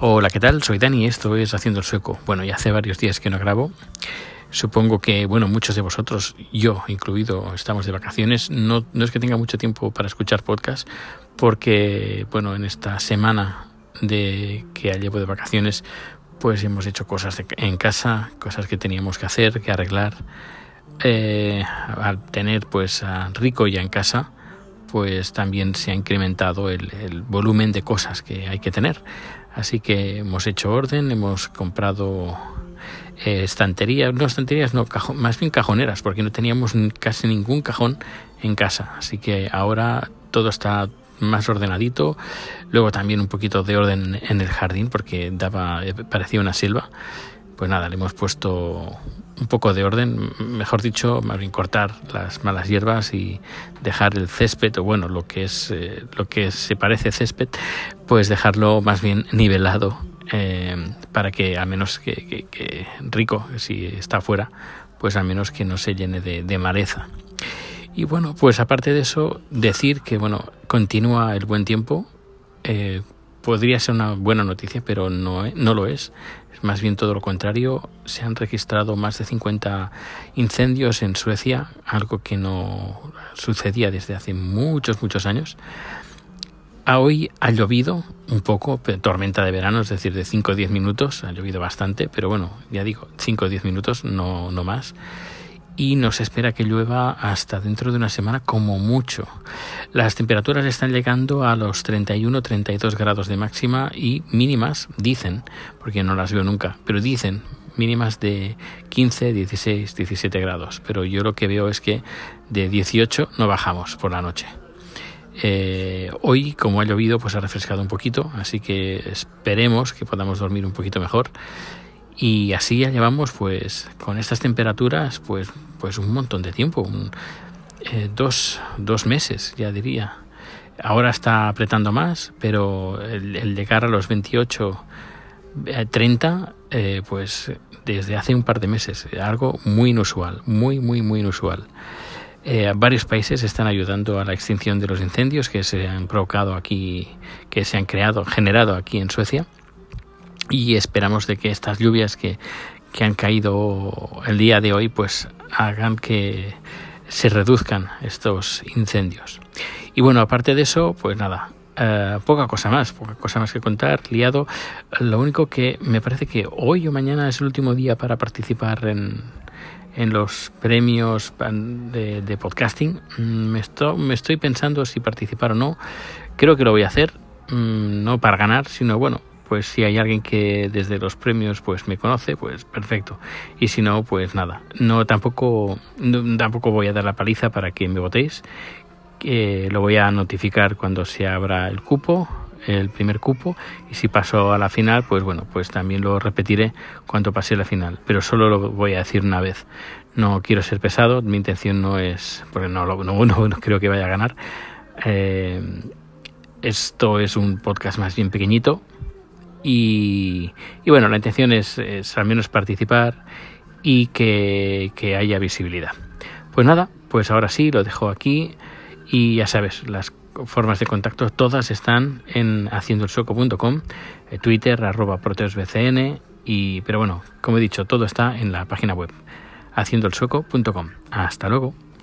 Hola, ¿qué tal? Soy Dani y esto es Haciendo el Sueco. Bueno, ya hace varios días que no grabo. Supongo que, muchos de vosotros, yo incluido, estamos de vacaciones. No es que tenga mucho tiempo para escuchar podcast, porque, en esta semana que llevo de vacaciones, pues hemos hecho cosas en casa, cosas que teníamos que hacer, que arreglar. Al tener pues a Rico ya en casa, pues también se ha incrementado el volumen de cosas que hay que tener. Así que hemos hecho orden, hemos comprado más bien cajoneras, porque no teníamos casi ningún cajón en casa. Así que ahora todo está más ordenadito. Luego también un poquito de orden en el jardín, porque parecía una selva. Pues nada, le hemos puesto un poco de orden, mejor dicho, más bien cortar las malas hierbas y dejar el césped, o lo que se parece césped, pues dejarlo más bien nivelado, para que al menos que Rico, si está afuera, pues al menos que no se llene de maleza. Y pues aparte de eso, decir que continúa el buen tiempo. Podría ser una buena noticia, pero no lo es. Es más bien todo lo contrario. Se han registrado más de 50 incendios en Suecia, algo que no sucedía desde hace muchos años. Hoy ha llovido un poco, tormenta de verano, es decir, de 5 o 10 minutos. Ha llovido bastante, pero ya digo, 5 o 10 minutos, no más. Y nos espera que llueva hasta dentro de una semana como mucho. Las temperaturas están llegando a los 31-32 grados de máxima y mínimas, dicen, porque no las veo nunca, pero dicen mínimas de 15, 16, 17 grados. Pero yo lo que veo es que de 18 no bajamos por la noche. Hoy, como ha llovido, pues ha refrescado un poquito, así que esperemos que podamos dormir un poquito mejor. Y así ya llevamos pues con estas temperaturas pues un montón de tiempo, dos meses ya diría. Ahora está apretando más, pero el llegar a los 28, 30, pues desde hace un par de meses, algo muy inusual, muy inusual. Varios países están ayudando a la extinción de los incendios que se han provocado aquí, que se han generado aquí en Suecia. Y esperamos de que estas lluvias que han caído el día de hoy pues hagan que se reduzcan estos incendios. Y aparte de eso, pues nada, poca cosa más que contar, liado. Lo único que me parece que hoy o mañana es el último día para participar en los premios de podcasting. Me estoy pensando si participar o no. Creo que lo voy a hacer, no para ganar, sino pues si hay alguien que desde los premios pues me conoce, pues perfecto. Y si no, pues nada. Tampoco voy a dar la paliza para que me votéis. Lo voy a notificar cuando se abra el primer cupo. Y si paso a la final, pues también lo repetiré cuando pase la final. Pero solo lo voy a decir una vez. No quiero ser pesado. Mi intención no es, porque no creo que vaya a ganar. Esto es un podcast más bien pequeñito. Y la intención es al menos participar y que haya visibilidad. Pues nada, pues ahora sí, lo dejo aquí y ya sabes, las formas de contacto todas están en haciendoelsueco.com, Twitter, @proteusbcn, pero como he dicho, todo está en la página web, haciendoelsueco.com. Hasta luego.